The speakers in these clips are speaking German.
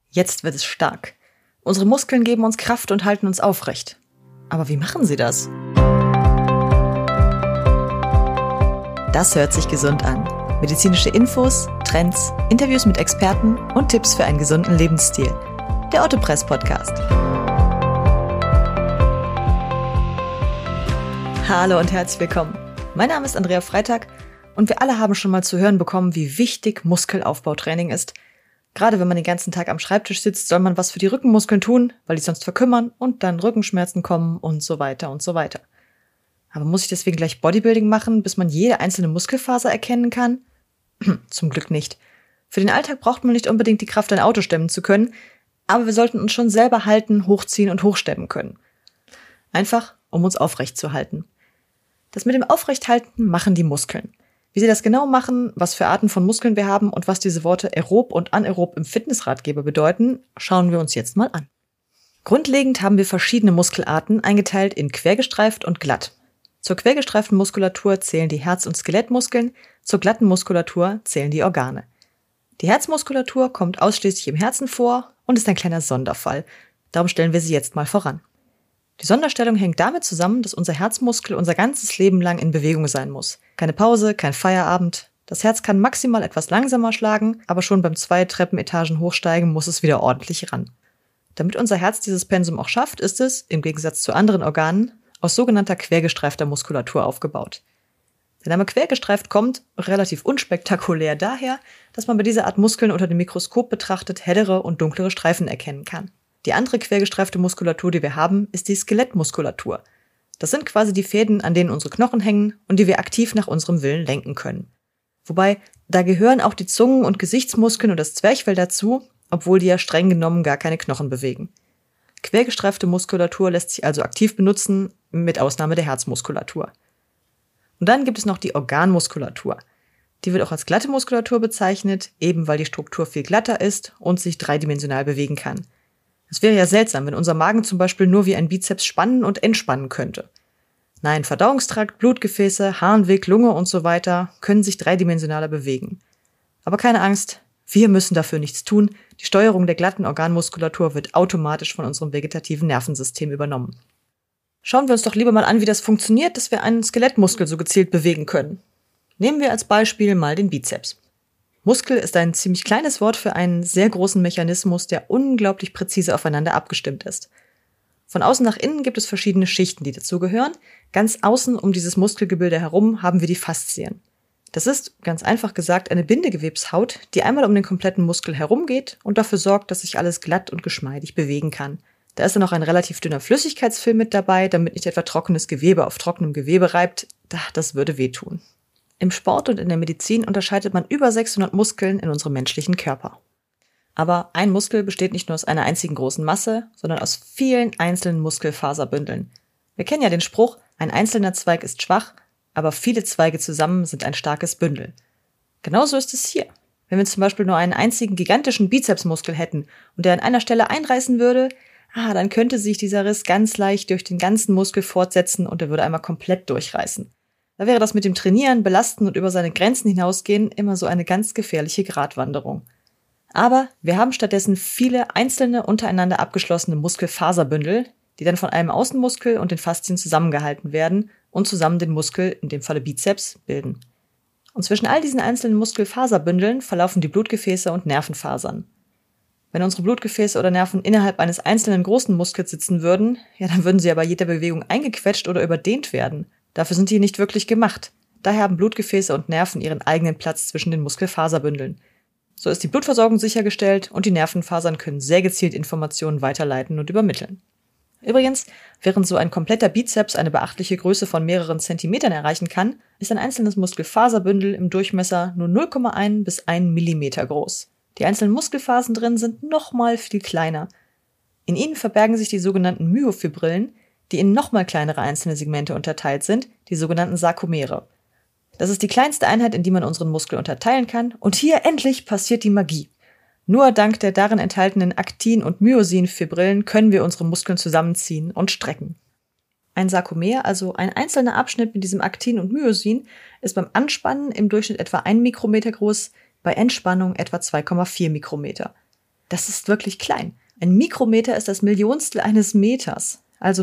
Jetzt wird es stark. Unsere Muskeln geben uns Kraft und halten uns aufrecht. Aber wie machen sie das? Das hört sich gesund an. Medizinische Infos, Trends, Interviews mit Experten und Tipps für einen gesunden Lebensstil. Der Otto-Press Podcast. Hallo und herzlich willkommen. Mein Name ist Andrea Freitag und wir alle haben schon mal zu hören bekommen, wie wichtig Muskelaufbautraining ist. Gerade wenn man den ganzen Tag am Schreibtisch sitzt, soll man was für die Rückenmuskeln tun, weil die sonst verkümmern und dann Rückenschmerzen kommen und so weiter und so weiter. Aber muss ich deswegen gleich Bodybuilding machen, bis man jede einzelne Muskelfaser erkennen kann? Zum Glück nicht. Für den Alltag braucht man nicht unbedingt die Kraft, ein Auto stemmen zu können, aber wir sollten uns schon selber halten, hochziehen und hochstemmen können. Einfach, um uns aufrecht zu halten. Das mit dem Aufrechthalten machen die Muskeln. Wie sie das genau machen, was für Arten von Muskeln wir haben und was diese Worte aerob und anaerob im Fitnessratgeber bedeuten, schauen wir uns jetzt mal an. Grundlegend haben wir verschiedene Muskelarten eingeteilt in quergestreift und glatt. Zur quergestreiften Muskulatur zählen die Herz- und Skelettmuskeln, zur glatten Muskulatur zählen die Organe. Die Herzmuskulatur kommt ausschließlich im Herzen vor und ist ein kleiner Sonderfall. Darum stellen wir sie jetzt mal voran. Die Sonderstellung hängt damit zusammen, dass unser Herzmuskel unser ganzes Leben lang in Bewegung sein muss. Keine Pause, kein Feierabend. Das Herz kann maximal etwas langsamer schlagen, aber schon beim 2 Treppenetagen hochsteigen muss es wieder ordentlich ran. Damit unser Herz dieses Pensum auch schafft, ist es, im Gegensatz zu anderen Organen, aus sogenannter quergestreifter Muskulatur aufgebaut. Der Name quergestreift kommt, relativ unspektakulär, daher, dass man bei dieser Art Muskeln unter dem Mikroskop betrachtet hellere und dunklere Streifen erkennen kann. Die andere quergestreifte Muskulatur, die wir haben, ist die Skelettmuskulatur. Das sind quasi die Fäden, an denen unsere Knochen hängen und die wir aktiv nach unserem Willen lenken können. Wobei, da gehören auch die Zungen- und Gesichtsmuskeln und das Zwerchfell dazu, obwohl die ja streng genommen gar keine Knochen bewegen. Quergestreifte Muskulatur lässt sich also aktiv benutzen, mit Ausnahme der Herzmuskulatur. Und dann gibt es noch die Organmuskulatur. Die wird auch als glatte Muskulatur bezeichnet, eben weil die Struktur viel glatter ist und sich dreidimensional bewegen kann. Es wäre ja seltsam, wenn unser Magen zum Beispiel nur wie ein Bizeps spannen und entspannen könnte. Nein, Verdauungstrakt, Blutgefäße, Harnweg, Lunge und so weiter können sich dreidimensionaler bewegen. Aber keine Angst, wir müssen dafür nichts tun. Die Steuerung der glatten Organmuskulatur wird automatisch von unserem vegetativen Nervensystem übernommen. Schauen wir uns doch lieber mal an, wie das funktioniert, dass wir einen Skelettmuskel so gezielt bewegen können. Nehmen wir als Beispiel mal den Bizeps. Muskel ist ein ziemlich kleines Wort für einen sehr großen Mechanismus, der unglaublich präzise aufeinander abgestimmt ist. Von außen nach innen gibt es verschiedene Schichten, die dazugehören. Ganz außen um dieses Muskelgebilde herum haben wir die Faszien. Das ist, ganz einfach gesagt, eine Bindegewebshaut, die einmal um den kompletten Muskel herumgeht und dafür sorgt, dass sich alles glatt und geschmeidig bewegen kann. Da ist dann noch ein relativ dünner Flüssigkeitsfilm mit dabei, damit nicht etwa trockenes Gewebe auf trockenem Gewebe reibt. Das würde wehtun. Im Sport und in der Medizin unterscheidet man über 600 Muskeln in unserem menschlichen Körper. Aber ein Muskel besteht nicht nur aus einer einzigen großen Masse, sondern aus vielen einzelnen Muskelfaserbündeln. Wir kennen ja den Spruch, ein einzelner Zweig ist schwach, aber viele Zweige zusammen sind ein starkes Bündel. Genauso ist es hier. Wenn wir zum Beispiel nur einen einzigen gigantischen Bizepsmuskel hätten und der an einer Stelle einreißen würde, dann könnte sich dieser Riss ganz leicht durch den ganzen Muskel fortsetzen und er würde einmal komplett durchreißen. Da wäre das mit dem Trainieren, Belasten und über seine Grenzen hinausgehen immer so eine ganz gefährliche Gratwanderung. Aber wir haben stattdessen viele einzelne, untereinander abgeschlossene Muskelfaserbündel, die dann von einem Außenmuskel und den Faszien zusammengehalten werden und zusammen den Muskel, in dem Falle Bizeps, bilden. Und zwischen all diesen einzelnen Muskelfaserbündeln verlaufen die Blutgefäße und Nervenfasern. Wenn unsere Blutgefäße oder Nerven innerhalb eines einzelnen großen Muskels sitzen würden, dann würden sie ja bei jeder Bewegung eingequetscht oder überdehnt werden. Dafür sind die nicht wirklich gemacht. Daher haben Blutgefäße und Nerven ihren eigenen Platz zwischen den Muskelfaserbündeln. So ist die Blutversorgung sichergestellt und die Nervenfasern können sehr gezielt Informationen weiterleiten und übermitteln. Übrigens, während so ein kompletter Bizeps eine beachtliche Größe von mehreren Zentimetern erreichen kann, ist ein einzelnes Muskelfaserbündel im Durchmesser nur 0,1 bis 1 Millimeter groß. Die einzelnen Muskelfasern drin sind nochmal viel kleiner. In ihnen verbergen sich die sogenannten Myofibrillen, die in nochmal kleinere einzelne Segmente unterteilt sind, die sogenannten Sarkomere. Das ist die kleinste Einheit, in die man unseren Muskel unterteilen kann, und hier endlich passiert die Magie. Nur dank der darin enthaltenen Aktin- und Myosin-Fibrillen können wir unsere Muskeln zusammenziehen und strecken. Ein Sarkomer, also ein einzelner Abschnitt mit diesem Aktin und Myosin, ist beim Anspannen im Durchschnitt etwa 1 Mikrometer groß, bei Entspannung etwa 2,4 Mikrometer. Das ist wirklich klein. Ein Mikrometer ist das Millionstel eines Meters, also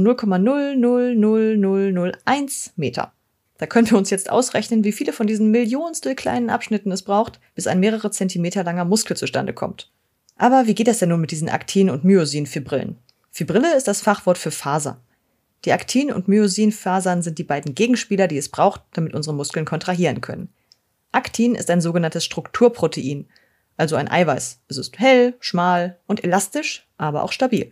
0,0000001 Meter. Da können wir uns jetzt ausrechnen, wie viele von diesen Millionstel kleinen Abschnitten es braucht, bis ein mehrere Zentimeter langer Muskel zustande kommt. Aber wie geht das denn nun mit diesen Aktin- und Myosin-Fibrillen? Fibrille ist das Fachwort für Faser. Die Aktin- und Myosin-Fasern sind die beiden Gegenspieler, die es braucht, damit unsere Muskeln kontrahieren können. Aktin ist ein sogenanntes Strukturprotein, also ein Eiweiß. Es ist hell, schmal und elastisch, aber auch stabil.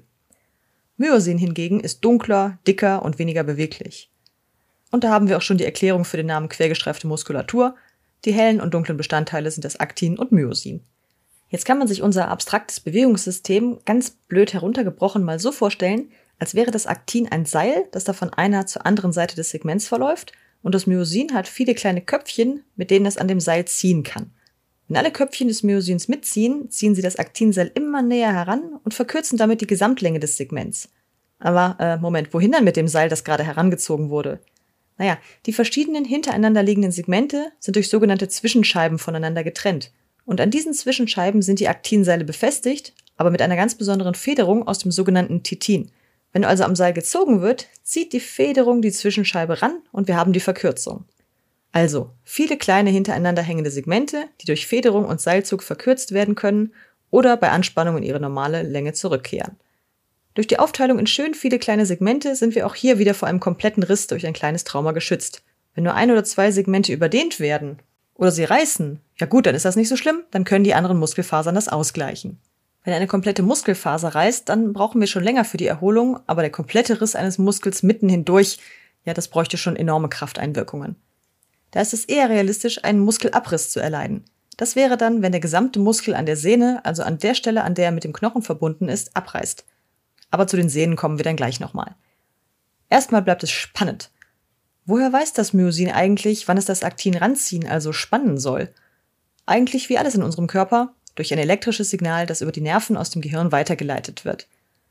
Myosin hingegen ist dunkler, dicker und weniger beweglich. Und da haben wir auch schon die Erklärung für den Namen quergestreifte Muskulatur. Die hellen und dunklen Bestandteile sind das Aktin und Myosin. Jetzt kann man sich unser abstraktes Bewegungssystem ganz blöd heruntergebrochen mal so vorstellen, als wäre das Aktin ein Seil, das da von einer zur anderen Seite des Segments verläuft, und das Myosin hat viele kleine Köpfchen, mit denen es an dem Seil ziehen kann. Wenn alle Köpfchen des Myosins mitziehen, ziehen sie das Aktinseil immer näher heran und verkürzen damit die Gesamtlänge des Segments. Aber, wohin dann mit dem Seil, das gerade herangezogen wurde? Naja, die verschiedenen hintereinander liegenden Segmente sind durch sogenannte Zwischenscheiben voneinander getrennt. Und an diesen Zwischenscheiben sind die Aktinseile befestigt, aber mit einer ganz besonderen Federung aus dem sogenannten Titin. Wenn also am Seil gezogen wird, zieht die Federung die Zwischenscheibe ran und wir haben die Verkürzung. Also, viele kleine hintereinander hängende Segmente, die durch Federung und Seilzug verkürzt werden können oder bei Anspannung in ihre normale Länge zurückkehren. Durch die Aufteilung in schön viele kleine Segmente sind wir auch hier wieder vor einem kompletten Riss durch ein kleines Trauma geschützt. Wenn nur 1 oder 2 Segmente überdehnt werden oder sie reißen, ja gut, dann ist das nicht so schlimm, dann können die anderen Muskelfasern das ausgleichen. Wenn eine komplette Muskelfaser reißt, dann brauchen wir schon länger für die Erholung, aber der komplette Riss eines Muskels mitten hindurch, ja, das bräuchte schon enorme Krafteinwirkungen. Da ist es eher realistisch, einen Muskelabriss zu erleiden. Das wäre dann, wenn der gesamte Muskel an der Sehne, also an der Stelle, an der er mit dem Knochen verbunden ist, abreißt. Aber zu den Sehnen kommen wir dann gleich nochmal. Erstmal bleibt es spannend. Woher weiß das Myosin eigentlich, wann es das Aktin ranziehen, also spannen soll? Eigentlich wie alles in unserem Körper, durch ein elektrisches Signal, das über die Nerven aus dem Gehirn weitergeleitet wird.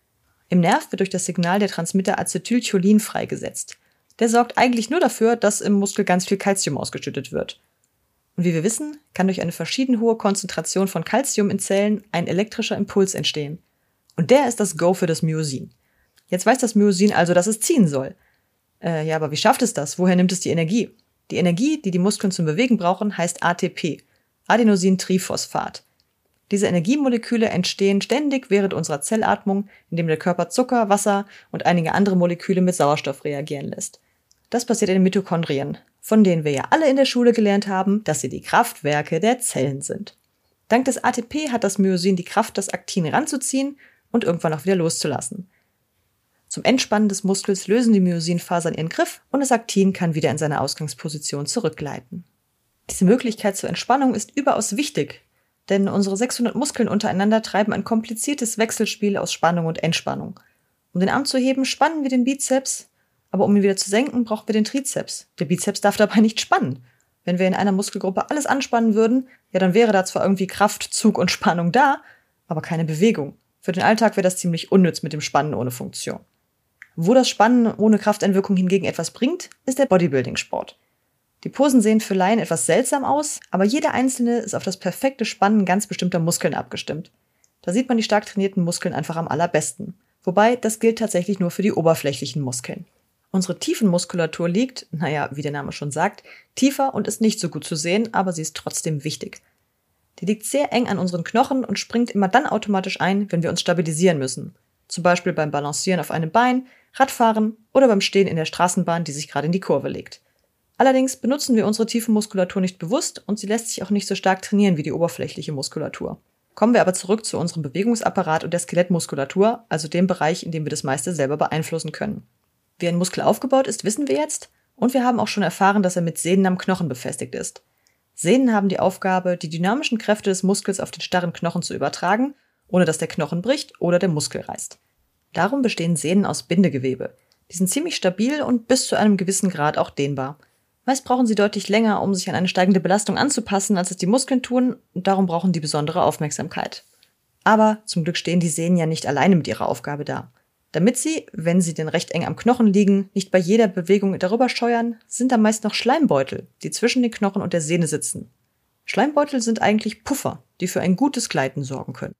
Im Nerv wird durch das Signal der Transmitter Acetylcholin freigesetzt. Der sorgt eigentlich nur dafür, dass im Muskel ganz viel Calcium ausgeschüttet wird. Und wie wir wissen, kann durch eine verschieden hohe Konzentration von Calcium in Zellen ein elektrischer Impuls entstehen. Und der ist das Go für das Myosin. Jetzt weiß das Myosin also, dass es ziehen soll. Aber wie schafft es das? Woher nimmt es die Energie? Die Energie, die die Muskeln zum Bewegen brauchen, heißt ATP, Adenosintriphosphat. Diese Energiemoleküle entstehen ständig während unserer Zellatmung, indem der Körper Zucker, Wasser und einige andere Moleküle mit Sauerstoff reagieren lässt. Das passiert in den Mitochondrien, von denen wir ja alle in der Schule gelernt haben, dass sie die Kraftwerke der Zellen sind. Dank des ATP hat das Myosin die Kraft, das Aktin ranzuziehen und irgendwann auch wieder loszulassen. Zum Entspannen des Muskels lösen die Myosinfasern ihren Griff und das Aktin kann wieder in seine Ausgangsposition zurückgleiten. Diese Möglichkeit zur Entspannung ist überaus wichtig, denn unsere 600 Muskeln untereinander treiben ein kompliziertes Wechselspiel aus Spannung und Entspannung. Um den Arm zu heben, spannen wir den Bizeps, aber um ihn wieder zu senken, brauchen wir den Trizeps. Der Bizeps darf dabei nicht spannen. Wenn wir in einer Muskelgruppe alles anspannen würden, ja, dann wäre da zwar irgendwie Kraft, Zug und Spannung da, aber keine Bewegung. Für den Alltag wäre das ziemlich unnütz mit dem Spannen ohne Funktion. Wo das Spannen ohne Krafteinwirkung hingegen etwas bringt, ist der Bodybuilding-Sport. Die Posen sehen für Laien etwas seltsam aus, aber jede einzelne ist auf das perfekte Spannen ganz bestimmter Muskeln abgestimmt. Da sieht man die stark trainierten Muskeln einfach am allerbesten. Wobei, das gilt tatsächlich nur für die oberflächlichen Muskeln. Unsere Tiefenmuskulatur liegt, wie der Name schon sagt, tiefer und ist nicht so gut zu sehen, aber sie ist trotzdem wichtig. Die liegt sehr eng an unseren Knochen und springt immer dann automatisch ein, wenn wir uns stabilisieren müssen. Zum Beispiel beim Balancieren auf einem Bein, Radfahren oder beim Stehen in der Straßenbahn, die sich gerade in die Kurve legt. Allerdings benutzen wir unsere Tiefenmuskulatur nicht bewusst und sie lässt sich auch nicht so stark trainieren wie die oberflächliche Muskulatur. Kommen wir aber zurück zu unserem Bewegungsapparat und der Skelettmuskulatur, also dem Bereich, in dem wir das meiste selber beeinflussen können. Wie ein Muskel aufgebaut ist, wissen wir jetzt und wir haben auch schon erfahren, dass er mit Sehnen am Knochen befestigt ist. Sehnen haben die Aufgabe, die dynamischen Kräfte des Muskels auf den starren Knochen zu übertragen, ohne dass der Knochen bricht oder der Muskel reißt. Darum bestehen Sehnen aus Bindegewebe. Die sind ziemlich stabil und bis zu einem gewissen Grad auch dehnbar. Meist brauchen sie deutlich länger, um sich an eine steigende Belastung anzupassen, als es die Muskeln tun, und darum brauchen die besondere Aufmerksamkeit. Aber zum Glück stehen die Sehnen ja nicht alleine mit ihrer Aufgabe da. Damit sie, wenn sie denn recht eng am Knochen liegen, nicht bei jeder Bewegung darüber scheuern, sind da meist noch Schleimbeutel, die zwischen den Knochen und der Sehne sitzen. Schleimbeutel sind eigentlich Puffer, die für ein gutes Gleiten sorgen können.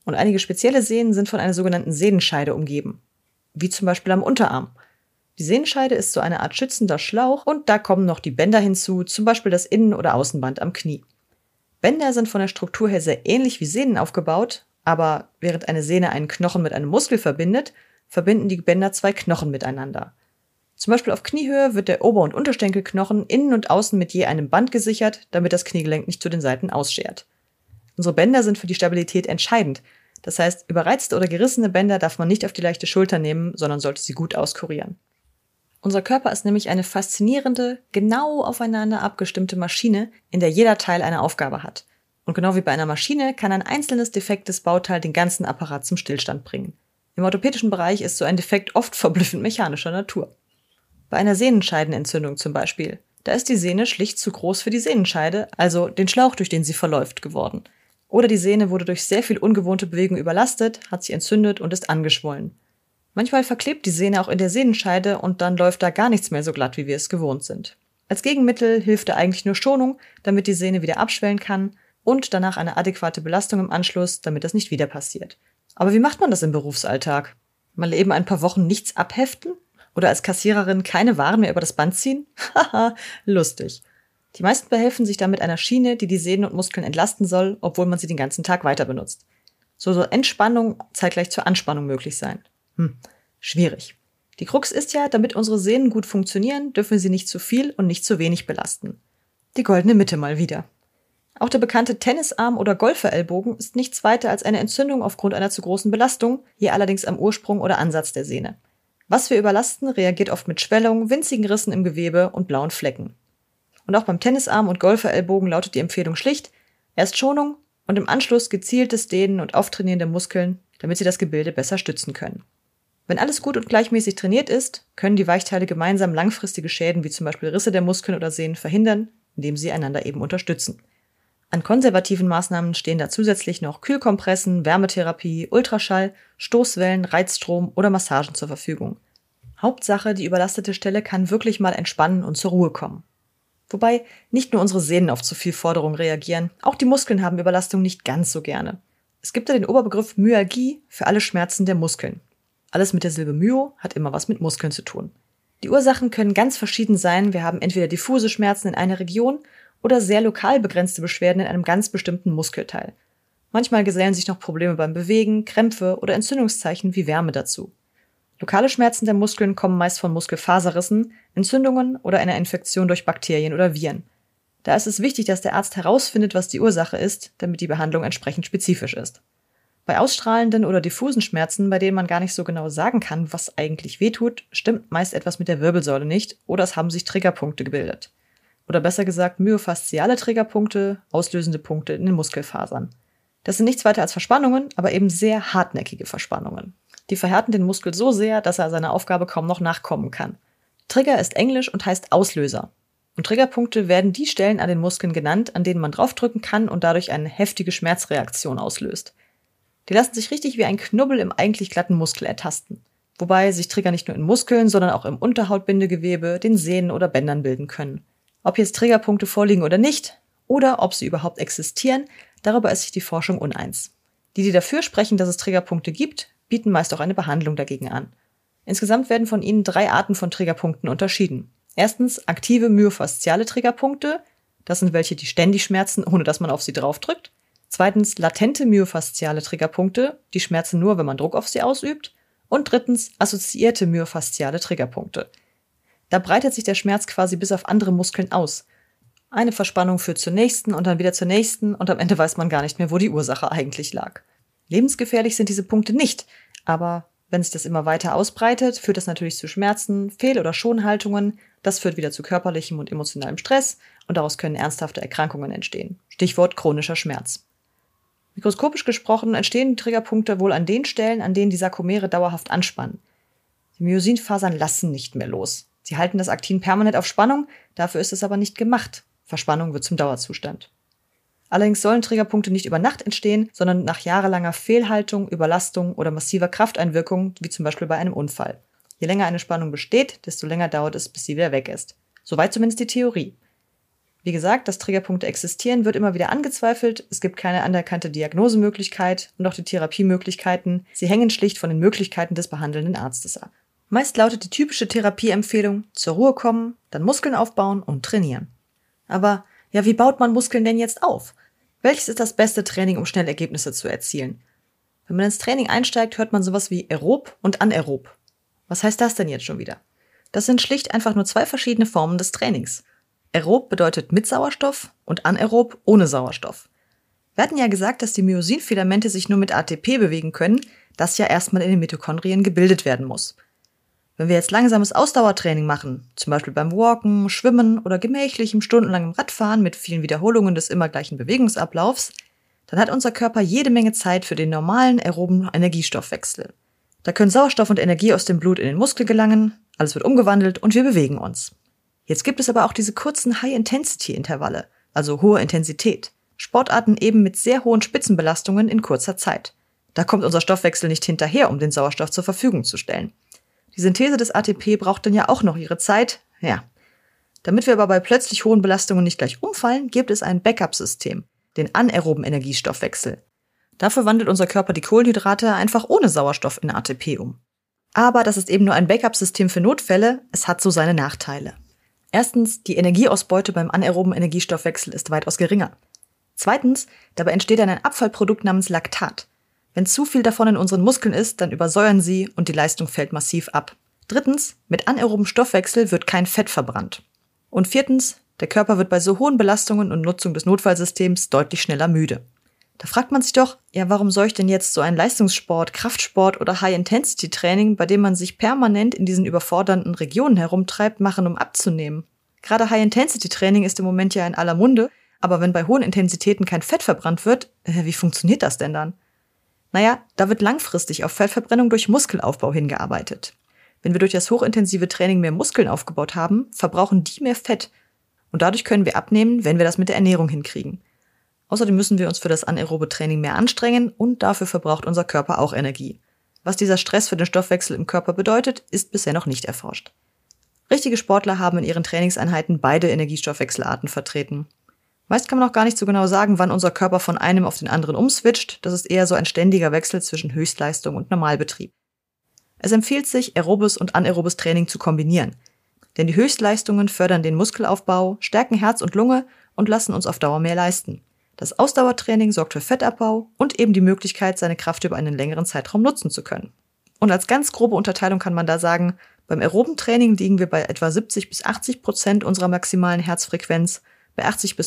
Und einige spezielle Sehnen sind von einer sogenannten Sehnenscheide umgeben, wie zum Beispiel am Unterarm. Die Sehnenscheide ist so eine Art schützender Schlauch und da kommen noch die Bänder hinzu, zum Beispiel das Innen- oder Außenband am Knie. Bänder sind von der Struktur her sehr ähnlich wie Sehnen aufgebaut, aber während eine Sehne einen Knochen mit einem Muskel verbindet, verbinden die Bänder zwei Knochen miteinander. Zum Beispiel auf Kniehöhe wird der Ober- und Unterschenkelknochen innen und außen mit je einem Band gesichert, damit das Kniegelenk nicht zu den Seiten ausschert. Unsere Bänder sind für die Stabilität entscheidend. Das heißt, überreizte oder gerissene Bänder darf man nicht auf die leichte Schulter nehmen, sondern sollte sie gut auskurieren. Unser Körper ist nämlich eine faszinierende, genau aufeinander abgestimmte Maschine, in der jeder Teil eine Aufgabe hat. Und genau wie bei einer Maschine kann ein einzelnes defektes Bauteil den ganzen Apparat zum Stillstand bringen. Im orthopädischen Bereich ist so ein Defekt oft verblüffend mechanischer Natur. Bei einer Sehnenscheidenentzündung zum Beispiel, da ist die Sehne schlicht zu groß für die Sehnenscheide, also den Schlauch, durch den sie verläuft, geworden. Oder die Sehne wurde durch sehr viel ungewohnte Bewegung überlastet, hat sich entzündet und ist angeschwollen. Manchmal verklebt die Sehne auch in der Sehnenscheide und dann läuft da gar nichts mehr so glatt, wie wir es gewohnt sind. Als Gegenmittel hilft da eigentlich nur Schonung, damit die Sehne wieder abschwellen kann und danach eine adäquate Belastung im Anschluss, damit das nicht wieder passiert. Aber wie macht man das im Berufsalltag? Mal eben ein paar Wochen nichts abheften? Oder als Kassiererin keine Waren mehr über das Band ziehen? Haha, lustig. Die meisten behelfen sich da mit einer Schiene, die die Sehnen und Muskeln entlasten soll, obwohl man sie den ganzen Tag weiter benutzt. So soll Entspannung zeitgleich zur Anspannung möglich sein. Schwierig. Die Krux ist ja, damit unsere Sehnen gut funktionieren, dürfen wir sie nicht zu viel und nicht zu wenig belasten. Die goldene Mitte mal wieder. Auch der bekannte Tennisarm oder Golferellbogen ist nichts weiter als eine Entzündung aufgrund einer zu großen Belastung, hier allerdings am Ursprung oder Ansatz der Sehne. Was wir überlasten, reagiert oft mit Schwellung, winzigen Rissen im Gewebe und blauen Flecken. Und auch beim Tennisarm und Golferellbogen lautet die Empfehlung schlicht: erst Schonung und im Anschluss gezieltes Dehnen und Auftrainieren der Muskeln, damit sie das Gebilde besser stützen können. Wenn alles gut und gleichmäßig trainiert ist, können die Weichteile gemeinsam langfristige Schäden wie zum Beispiel Risse der Muskeln oder Sehnen verhindern, indem sie einander eben unterstützen. An konservativen Maßnahmen stehen da zusätzlich noch Kühlkompressen, Wärmetherapie, Ultraschall, Stoßwellen, Reizstrom oder Massagen zur Verfügung. Hauptsache, die überlastete Stelle kann wirklich mal entspannen und zur Ruhe kommen. Wobei nicht nur unsere Sehnen auf zu viel Forderung reagieren, auch die Muskeln haben Überlastung nicht ganz so gerne. Es gibt da den Oberbegriff Myalgie für alle Schmerzen der Muskeln. Alles mit der Silbe Myo hat immer was mit Muskeln zu tun. Die Ursachen können ganz verschieden sein. Wir haben entweder diffuse Schmerzen in einer Region oder sehr lokal begrenzte Beschwerden in einem ganz bestimmten Muskelteil. Manchmal gesellen sich noch Probleme beim Bewegen, Krämpfe oder Entzündungszeichen wie Wärme dazu. Lokale Schmerzen der Muskeln kommen meist von Muskelfaserrissen, Entzündungen oder einer Infektion durch Bakterien oder Viren. Da ist es wichtig, dass der Arzt herausfindet, was die Ursache ist, damit die Behandlung entsprechend spezifisch ist. Bei ausstrahlenden oder diffusen Schmerzen, bei denen man gar nicht so genau sagen kann, was eigentlich wehtut, stimmt meist etwas mit der Wirbelsäule nicht oder es haben sich Triggerpunkte gebildet. Oder besser gesagt myofasziale Triggerpunkte, auslösende Punkte in den Muskelfasern. Das sind nichts weiter als Verspannungen, aber eben sehr hartnäckige Verspannungen. Die verhärten den Muskel so sehr, dass er seiner Aufgabe kaum noch nachkommen kann. Trigger ist Englisch und heißt Auslöser. Und Triggerpunkte werden die Stellen an den Muskeln genannt, an denen man draufdrücken kann und dadurch eine heftige Schmerzreaktion auslöst. Die lassen sich richtig wie ein Knubbel im eigentlich glatten Muskel ertasten. Wobei sich Trigger nicht nur in Muskeln, sondern auch im Unterhautbindegewebe, den Sehnen oder Bändern bilden können. Ob jetzt Triggerpunkte vorliegen oder nicht, oder ob sie überhaupt existieren, darüber ist sich die Forschung uneins. Die dafür sprechen, dass es Triggerpunkte gibt, bieten meist auch eine Behandlung dagegen an. Insgesamt werden von ihnen 3 Arten von Triggerpunkten unterschieden. Erstens aktive myofasziale Triggerpunkte, das sind welche, die ständig schmerzen, ohne dass man auf sie draufdrückt. Zweitens latente myofasziale Triggerpunkte, die schmerzen nur, wenn man Druck auf sie ausübt. Und drittens assoziierte myofasziale Triggerpunkte. Da breitet sich der Schmerz quasi bis auf andere Muskeln aus. Eine Verspannung führt zur nächsten und dann wieder zur nächsten und am Ende weiß man gar nicht mehr, wo die Ursache eigentlich lag. Lebensgefährlich sind diese Punkte nicht, aber wenn sich das immer weiter ausbreitet, führt das natürlich zu Schmerzen, Fehl- oder Schonhaltungen, das führt wieder zu körperlichem und emotionalem Stress und daraus können ernsthafte Erkrankungen entstehen. Stichwort chronischer Schmerz. Mikroskopisch gesprochen entstehen die Triggerpunkte wohl an den Stellen, an denen die Sarkomere dauerhaft anspannen. Die Myosinfasern lassen nicht mehr los. Sie halten das Aktin permanent auf Spannung, dafür ist es aber nicht gemacht. Verspannung wird zum Dauerzustand. Allerdings sollen Triggerpunkte nicht über Nacht entstehen, sondern nach jahrelanger Fehlhaltung, Überlastung oder massiver Krafteinwirkung, wie zum Beispiel bei einem Unfall. Je länger eine Spannung besteht, desto länger dauert es, bis sie wieder weg ist. Soweit zumindest die Theorie. Wie gesagt, dass Triggerpunkte existieren, wird immer wieder angezweifelt. Es gibt keine anerkannte Diagnosemöglichkeit und auch die Therapiemöglichkeiten. Sie hängen schlicht von den Möglichkeiten des behandelnden Arztes ab. Meist lautet die typische Therapieempfehlung: zur Ruhe kommen, dann Muskeln aufbauen und trainieren. Aber ja, wie baut man Muskeln denn jetzt auf? Welches ist das beste Training, um schnell Ergebnisse zu erzielen? Wenn man ins Training einsteigt, hört man sowas wie aerob und anaerob. Was heißt das denn jetzt schon wieder? Das sind schlicht einfach nur zwei verschiedene Formen des Trainings. Aerob bedeutet mit Sauerstoff und anaerob ohne Sauerstoff. Wir hatten ja gesagt, dass die Myosinfilamente sich nur mit ATP bewegen können, das ja erstmal in den Mitochondrien gebildet werden muss. Wenn wir jetzt langsames Ausdauertraining machen, zum Beispiel beim Walken, Schwimmen oder gemächlichem stundenlangem Radfahren mit vielen Wiederholungen des immer gleichen Bewegungsablaufs, dann hat unser Körper jede Menge Zeit für den normalen aeroben Energiestoffwechsel. Da können Sauerstoff und Energie aus dem Blut in den Muskel gelangen, alles wird umgewandelt und wir bewegen uns. Jetzt gibt es aber auch diese kurzen High-Intensity-Intervalle, also hohe Intensität. Sportarten eben mit sehr hohen Spitzenbelastungen in kurzer Zeit. Da kommt unser Stoffwechsel nicht hinterher, um den Sauerstoff zur Verfügung zu stellen. Die Synthese des ATP braucht dann ja auch noch ihre Zeit. Ja. Damit wir aber bei plötzlich hohen Belastungen nicht gleich umfallen, gibt es ein Backup-System, den anaeroben Energiestoffwechsel. Dafür wandelt unser Körper die Kohlenhydrate einfach ohne Sauerstoff in ATP um. Aber das ist eben nur ein Backup-System für Notfälle, es hat so seine Nachteile. Erstens, die Energieausbeute beim anaeroben Energiestoffwechsel ist weitaus geringer. Zweitens, dabei entsteht dann ein Abfallprodukt namens Laktat. Wenn zu viel davon in unseren Muskeln ist, dann übersäuern sie und die Leistung fällt massiv ab. Drittens, mit anaerobem Stoffwechsel wird kein Fett verbrannt. Und viertens, der Körper wird bei so hohen Belastungen und Nutzung des Notfallsystems deutlich schneller müde. Da fragt man sich doch, ja, warum soll ich denn jetzt so einen Leistungssport, Kraftsport oder High-Intensity-Training, bei dem man sich permanent in diesen überfordernden Regionen herumtreibt, machen, um abzunehmen? Gerade High-Intensity-Training ist im Moment ja in aller Munde, aber wenn bei hohen Intensitäten kein Fett verbrannt wird, wie funktioniert das denn dann? Naja, da wird langfristig auf Fettverbrennung durch Muskelaufbau hingearbeitet. Wenn wir durch das hochintensive Training mehr Muskeln aufgebaut haben, verbrauchen die mehr Fett. Und dadurch können wir abnehmen, wenn wir das mit der Ernährung hinkriegen. Außerdem müssen wir uns für das anaerobe Training mehr anstrengen und dafür verbraucht unser Körper auch Energie. Was dieser Stress für den Stoffwechsel im Körper bedeutet, ist bisher noch nicht erforscht. Richtige Sportler haben in ihren Trainingseinheiten beide Energiestoffwechselarten vertreten. Meist kann man auch gar nicht so genau sagen, wann unser Körper von einem auf den anderen umswitcht. Das ist eher so ein ständiger Wechsel zwischen Höchstleistung und Normalbetrieb. Es empfiehlt sich, aerobes und anaerobes Training zu kombinieren. Denn die Höchstleistungen fördern den Muskelaufbau, stärken Herz und Lunge und lassen uns auf Dauer mehr leisten. Das Ausdauertraining sorgt für Fettabbau und eben die Möglichkeit, seine Kraft über einen längeren Zeitraum nutzen zu können. Und als ganz grobe Unterteilung kann man da sagen, beim aeroben Training liegen wir bei etwa 70-80% unserer maximalen Herzfrequenz, bei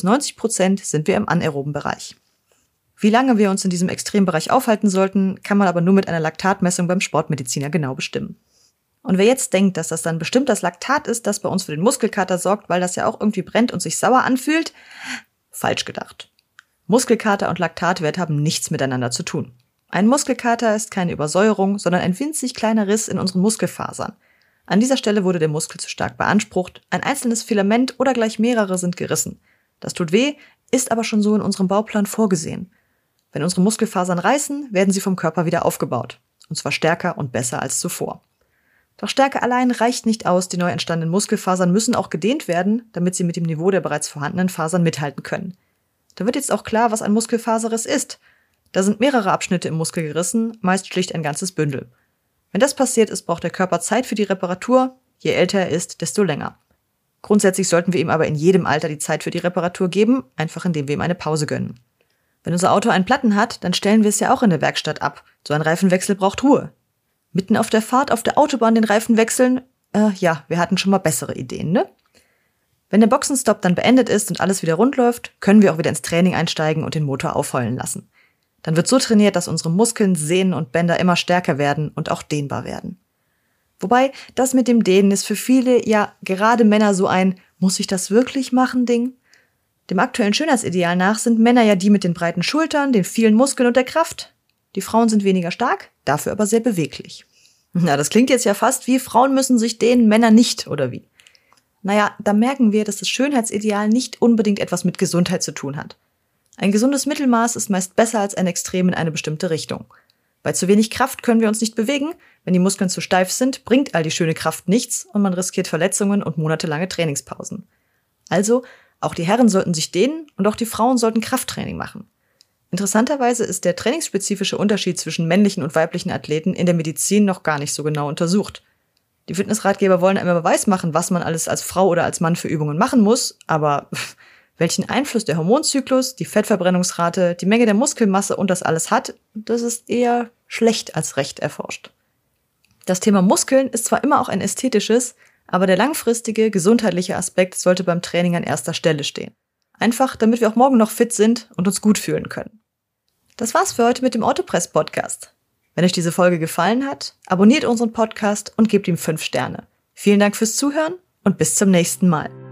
80-90% sind wir im anaeroben Bereich. Wie lange wir uns in diesem Extrembereich aufhalten sollten, kann man aber nur mit einer Laktatmessung beim Sportmediziner genau bestimmen. Und wer jetzt denkt, dass das dann bestimmt das Laktat ist, das bei uns für den Muskelkater sorgt, weil das ja auch irgendwie brennt und sich sauer anfühlt, falsch gedacht. Muskelkater und Laktatwert haben nichts miteinander zu tun. Ein Muskelkater ist keine Übersäuerung, sondern ein winzig kleiner Riss in unseren Muskelfasern. An dieser Stelle wurde der Muskel zu stark beansprucht, ein einzelnes Filament oder gleich mehrere sind gerissen. Das tut weh, ist aber schon so in unserem Bauplan vorgesehen. Wenn unsere Muskelfasern reißen, werden sie vom Körper wieder aufgebaut. Und zwar stärker und besser als zuvor. Doch Stärke allein reicht nicht aus, die neu entstandenen Muskelfasern müssen auch gedehnt werden, damit sie mit dem Niveau der bereits vorhandenen Fasern mithalten können. Da wird jetzt auch klar, was ein Muskelfaserriss ist. Da sind mehrere Abschnitte im Muskel gerissen, meist schlicht ein ganzes Bündel. Wenn das passiert ist, braucht der Körper Zeit für die Reparatur. Je älter er ist, desto länger. Grundsätzlich sollten wir ihm aber in jedem Alter die Zeit für die Reparatur geben, einfach indem wir ihm eine Pause gönnen. Wenn unser Auto einen Platten hat, dann stellen wir es ja auch in der Werkstatt ab. So ein Reifenwechsel braucht Ruhe. Mitten auf der Fahrt auf der Autobahn den Reifen wechseln? Ja, wir hatten schon mal bessere Ideen, ne? Wenn der Boxenstopp dann beendet ist und alles wieder rund läuft, können wir auch wieder ins Training einsteigen und den Motor aufheulen lassen. Dann wird so trainiert, dass unsere Muskeln, Sehnen und Bänder immer stärker werden und auch dehnbar werden. Wobei, das mit dem Dehnen ist für viele, ja gerade Männer, so ein „Muss ich das wirklich machen" Ding. Dem aktuellen Schönheitsideal nach sind Männer ja die mit den breiten Schultern, den vielen Muskeln und der Kraft. Die Frauen sind weniger stark, dafür aber sehr beweglich. Na, das klingt jetzt ja fast wie Frauen müssen sich dehnen, Männer nicht, oder wie? Naja, da merken wir, dass das Schönheitsideal nicht unbedingt etwas mit Gesundheit zu tun hat. Ein gesundes Mittelmaß ist meist besser als ein Extrem in eine bestimmte Richtung. Bei zu wenig Kraft können wir uns nicht bewegen, wenn die Muskeln zu steif sind, bringt all die schöne Kraft nichts und man riskiert Verletzungen und monatelange Trainingspausen. Also Auch die Herren sollten sich dehnen und auch die Frauen sollten Krafttraining machen. Interessanterweise ist der trainingsspezifische Unterschied zwischen männlichen und weiblichen Athleten in der Medizin noch gar nicht so genau untersucht. Die Fitnessratgeber wollen einem immer weismachen, was man alles als Frau oder als Mann für Übungen machen muss, aber welchen Einfluss der Hormonzyklus, die Fettverbrennungsrate, die Menge der Muskelmasse und das alles hat, das ist eher schlecht als recht erforscht. Das Thema Muskeln ist zwar immer auch ein ästhetisches, aber der langfristige, gesundheitliche Aspekt sollte beim Training an erster Stelle stehen. Einfach, damit wir auch morgen noch fit sind und uns gut fühlen können. Das war's für heute mit dem Autopress-Podcast. Wenn euch diese Folge gefallen hat, abonniert unseren Podcast und gebt ihm 5 Sterne. Vielen Dank fürs Zuhören und bis zum nächsten Mal.